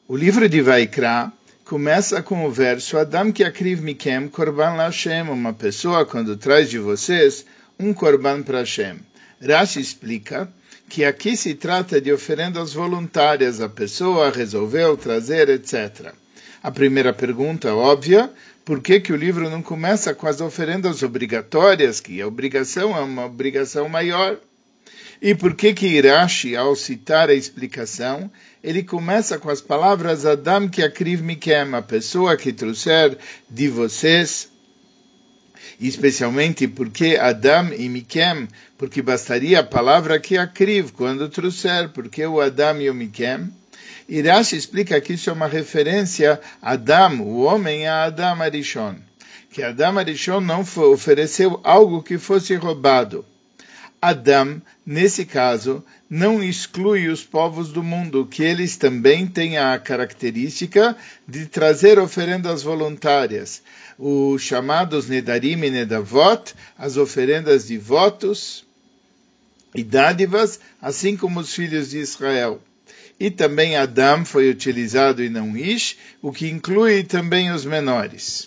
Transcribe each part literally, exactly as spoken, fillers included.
O livro de Vaikra começa com o verso Adam ki akriv mikem korban la Hashem, uma pessoa quando traz de vocês um korban para Hashem. Rashi explica que aqui se trata de oferendas voluntárias, a pessoa resolveu trazer, etcétera. A primeira pergunta, óbvia, por que que o livro não começa com as oferendas obrigatórias, que a obrigação é uma obrigação maior? E por que que Rashi, ao citar a explicação, ele começa com as palavras Adam ki akriv mikem, a pessoa que trouxer de vocês, especialmente porque Adam e Mikem, porque bastaria a palavra que akriv, quando trouxer, porque o Adam e o Mikem. E Rashi explica que isso é uma referência a Adam, o homem, a Adam Arishon, que Adam Arishon não ofereceu algo que fosse roubado. Adam, nesse caso, não exclui os povos do mundo, que eles também têm a característica de trazer oferendas voluntárias, os chamados Nedarim e Nedavot, as oferendas de votos e dádivas, assim como os filhos de Israel. E também Adam foi utilizado e não Ish, o que inclui também os menores.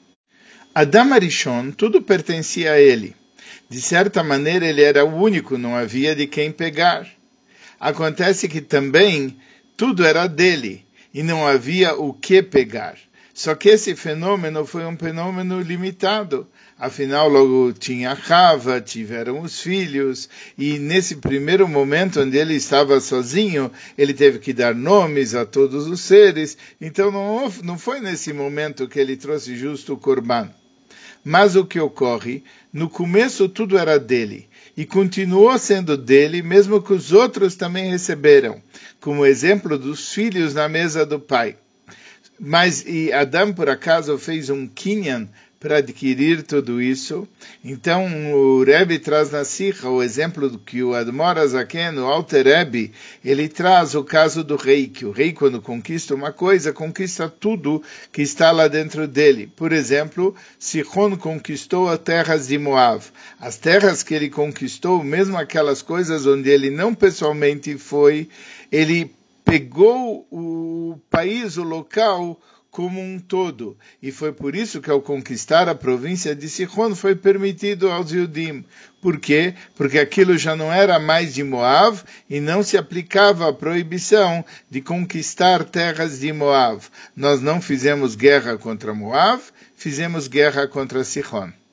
Adam Arishon, tudo pertencia a ele. De certa maneira, ele era o único, não havia de quem pegar. Acontece que também tudo era dele, e não havia o que pegar. Só que esse fenômeno foi um fenômeno limitado. Afinal, logo tinha Chava, tiveram os filhos, e nesse primeiro momento onde ele estava sozinho, ele teve que dar nomes a todos os seres. Então não, não foi nesse momento que ele trouxe justo o Corban. Mas o que ocorre, no começo tudo era dele, e continuou sendo dele, mesmo que os outros também receberam, como exemplo dos filhos na mesa do pai. Mas e Adam, por acaso, fez um kinyan para adquirir tudo isso. Então o Rebbe traz na Sikha o exemplo que o Admor Azaken, o Alter Rebbe, ele traz o caso do rei, que o rei quando conquista uma coisa, conquista tudo que está lá dentro dele. Por exemplo, Sihon conquistou as terras de Moav. As terras que ele conquistou, mesmo aquelas coisas onde ele não pessoalmente foi, ele pegou o país, o local, como um todo. E foi por isso que ao conquistar a província de Sihon foi permitido aos Yudim. Por quê? Porque aquilo já não era mais de Moav e não se aplicava a proibição de conquistar terras de Moav. Nós não fizemos guerra contra Moav, fizemos guerra contra Sihon.